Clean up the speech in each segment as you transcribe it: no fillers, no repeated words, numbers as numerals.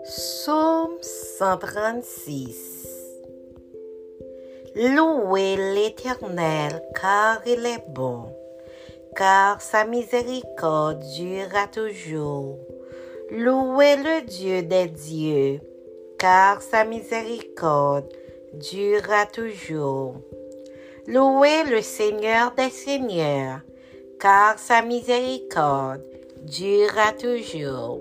Psaume 136. Louez l'Éternel, car il est bon, car sa miséricorde durera toujours. Louez le Dieu des dieux, car sa miséricorde durera toujours. Louez le Seigneur des seigneurs, car sa miséricorde durera toujours.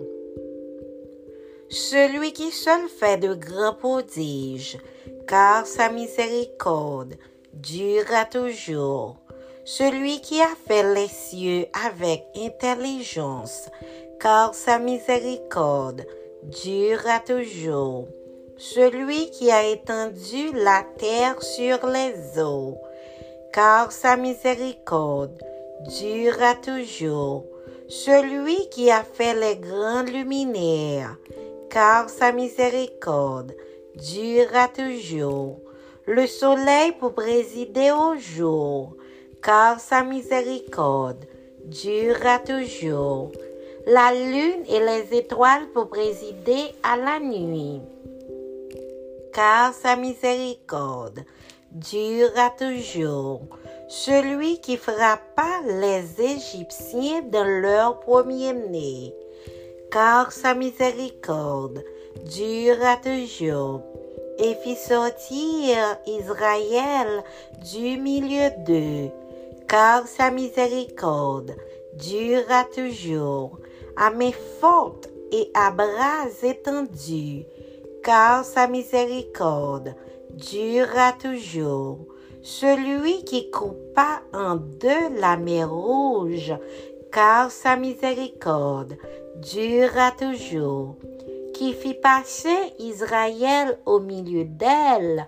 Celui qui seul fait de grands prodiges, car sa miséricorde durera toujours. Celui qui a fait les cieux avec intelligence, car sa miséricorde durera toujours. Celui qui a étendu la terre sur les eaux, car sa miséricorde durera toujours. Celui qui a fait les grands luminaires, car sa miséricorde durera toujours. Le soleil pour présider au jour, car sa miséricorde durera toujours. La lune et les étoiles pour présider à la nuit, car sa miséricorde durera toujours. Celui qui frappa les Égyptiens dans leur premier-né, car sa miséricorde durera toujours, et fit sortir Israël du milieu d'eux, car sa miséricorde durera toujours, à main forte et à bras étendus, car sa miséricorde durera toujours. Celui qui coupa en deux la mer rouge, car sa miséricorde durera toujours. Qui fit passer Israël au milieu d'elle,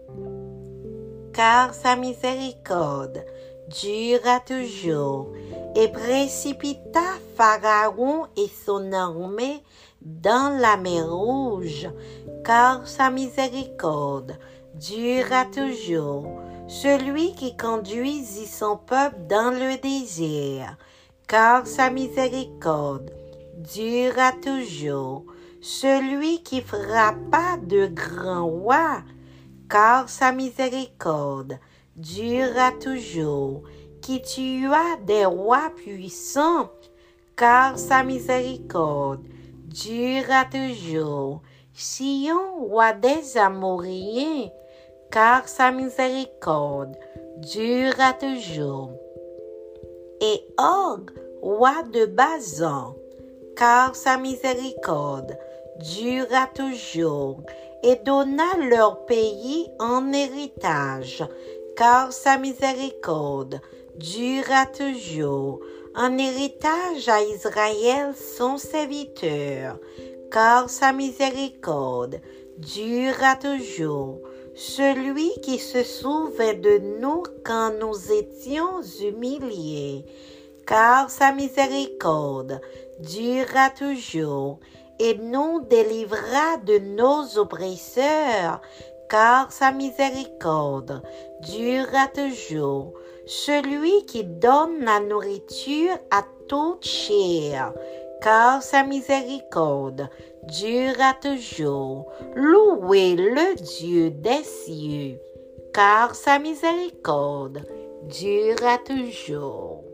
car sa miséricorde durera toujours. Et précipita Pharaon et son armée dans la mer rouge, car sa miséricorde durera toujours. Celui qui conduisit son peuple dans le désert, car sa miséricorde durera toujours. Celui qui frappa de grands rois, car sa miséricorde durera toujours. Qui tua des rois puissants, car sa miséricorde durera toujours. Sion, roi des Amoréens, car sa miséricorde durera toujours. Et Og, roi de Bazan, car sa miséricorde durera toujours, et donna leur pays en héritage, car sa miséricorde durera toujours, en héritage à Israël son serviteur, car sa miséricorde durera toujours. Celui qui se souvint de nous quand nous étions humiliés, car sa miséricorde durera toujours, et nous délivra de nos oppresseurs, car sa miséricorde durera toujours. Celui qui donne la nourriture à toute chair, car sa miséricorde durera toujours. Louez le Dieu des cieux, car sa miséricorde durera toujours.